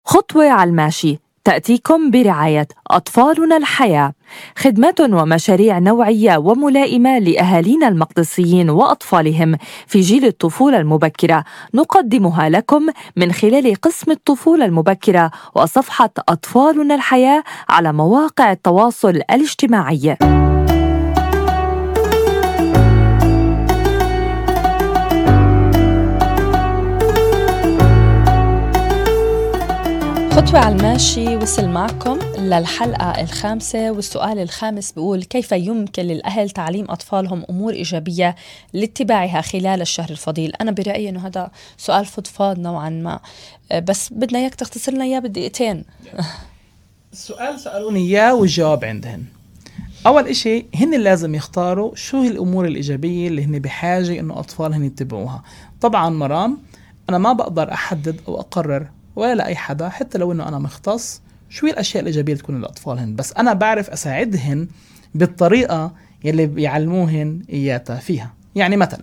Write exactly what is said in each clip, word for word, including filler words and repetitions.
خطوة على الماشي تأتيكم برعاية أطفالنا الحياة، خدمات ومشاريع نوعية وملائمة لأهالينا المقدسيين وأطفالهم في جيل الطفولة المبكرة، نقدمها لكم من خلال قسم الطفولة المبكرة وصفحة أطفالنا الحياة على مواقع التواصل الاجتماعي. خطوة على الماشي وصل معكم للحلقة الخامسة، والسؤال الخامس بيقول: كيف يمكن للأهل تعليم أطفالهم أمور إيجابية لاتباعها خلال الشهر الفضيل؟ أنا برأيي أنه هذا سؤال فضفاض نوعا ما، بس بدنا إياك تختصر لنا إياه بدقيقتين. السؤال سألوني إياه والجواب عندهن. أول إشي هن لازم يختاروا شو هي الأمور الإيجابية اللي هن بحاجة إنه أطفالهم يتبعوها. طبعا مرام أنا ما بقدر أحدد أو أقرر ولا لأي حدا، حتى لو إنه أنا مختص، شو هي الأشياء الإيجابية تكون للأطفالهن، بس أنا بعرف أساعدهن بالطريقة يلي بيعلموهن إياتها فيها. يعني مثلا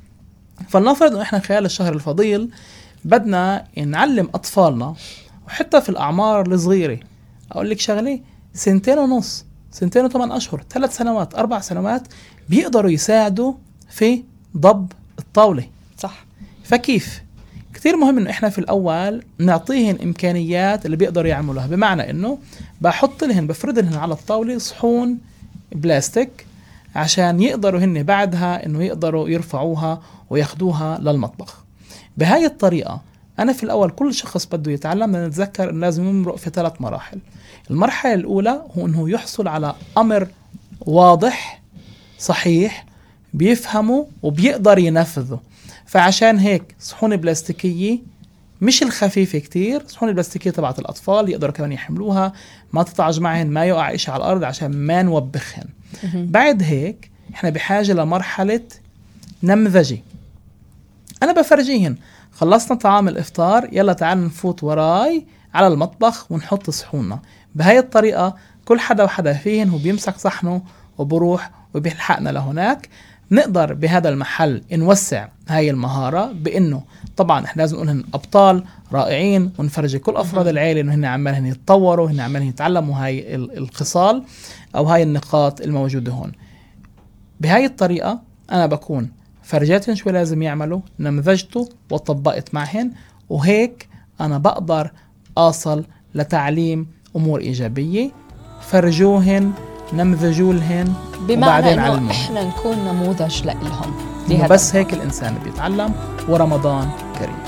فلنفرض إنه إحنا خلال الشهر الفضيل بدنا نعلم أطفالنا، وحتى في الأعمار الصغيرة أقول لك شغلة، سنتين ونص، سنتين وثمان أشهر، ثلاث سنوات، أربع سنوات، بيقدروا يساعدوا في ضب الطاولة. صح. فكيف؟ كثير مهم إنه إحنا في الأول نعطيهن إمكانيات اللي بيقدروا يعملوها، بمعنى إنه بحط لهن بفرد لهن على الطاولة صحون بلاستيك عشان يقدروا هن بعدها إنه يقدروا يرفعوها وياخدوها للمطبخ. بهاي الطريقة أنا في الأول كل شخص بده يتعلم نتذكر إنه لازم يمرق في ثلاث مراحل. المرحلة الأولى هو إنه يحصل على أمر واضح صحيح بيفهمه وبيقدر ينفذه. فعشان هيك صحون بلاستيكية مش الخفيفة كتير، صحون البلاستيكية تبعت الأطفال يقدروا كمان يحملوها، ما تطعج معهن، ما يقع إشي على الأرض عشان ما نوبخهن. بعد هيك إحنا بحاجة لمرحلة نمذجة. أنا بفرجيهن خلصنا طعام الإفطار، يلا تعال نفوت وراي على المطبخ ونحط صحوننا. بهاي الطريقة كل حدا وحدا فيهن هو بيمسك صحنه وبروح وبيلحقنا لهناك. نقدر بهذا المحل نوسع هاي المهارة، بأنه طبعا احنا لازم نقولهن أبطال رائعين، ونفرجي كل أفراد العائلة إنه هن عمالهن يتطوروا، هن عمالهن يتعلموا هاي الخصال أو هاي النقاط الموجودة هون. بهاي الطريقة أنا بكون فرجاتهم شو لازم يعملوا، نمذجته وطبقت معهن، وهيك أنا بقدر أصل لتعليم أمور إيجابية. فرجوهن، نمذجوا لهن، بمعنى إنه إحنا نكون نموذج لهم. بس هيك الإنسان بيتعلم. ورمضان كريم.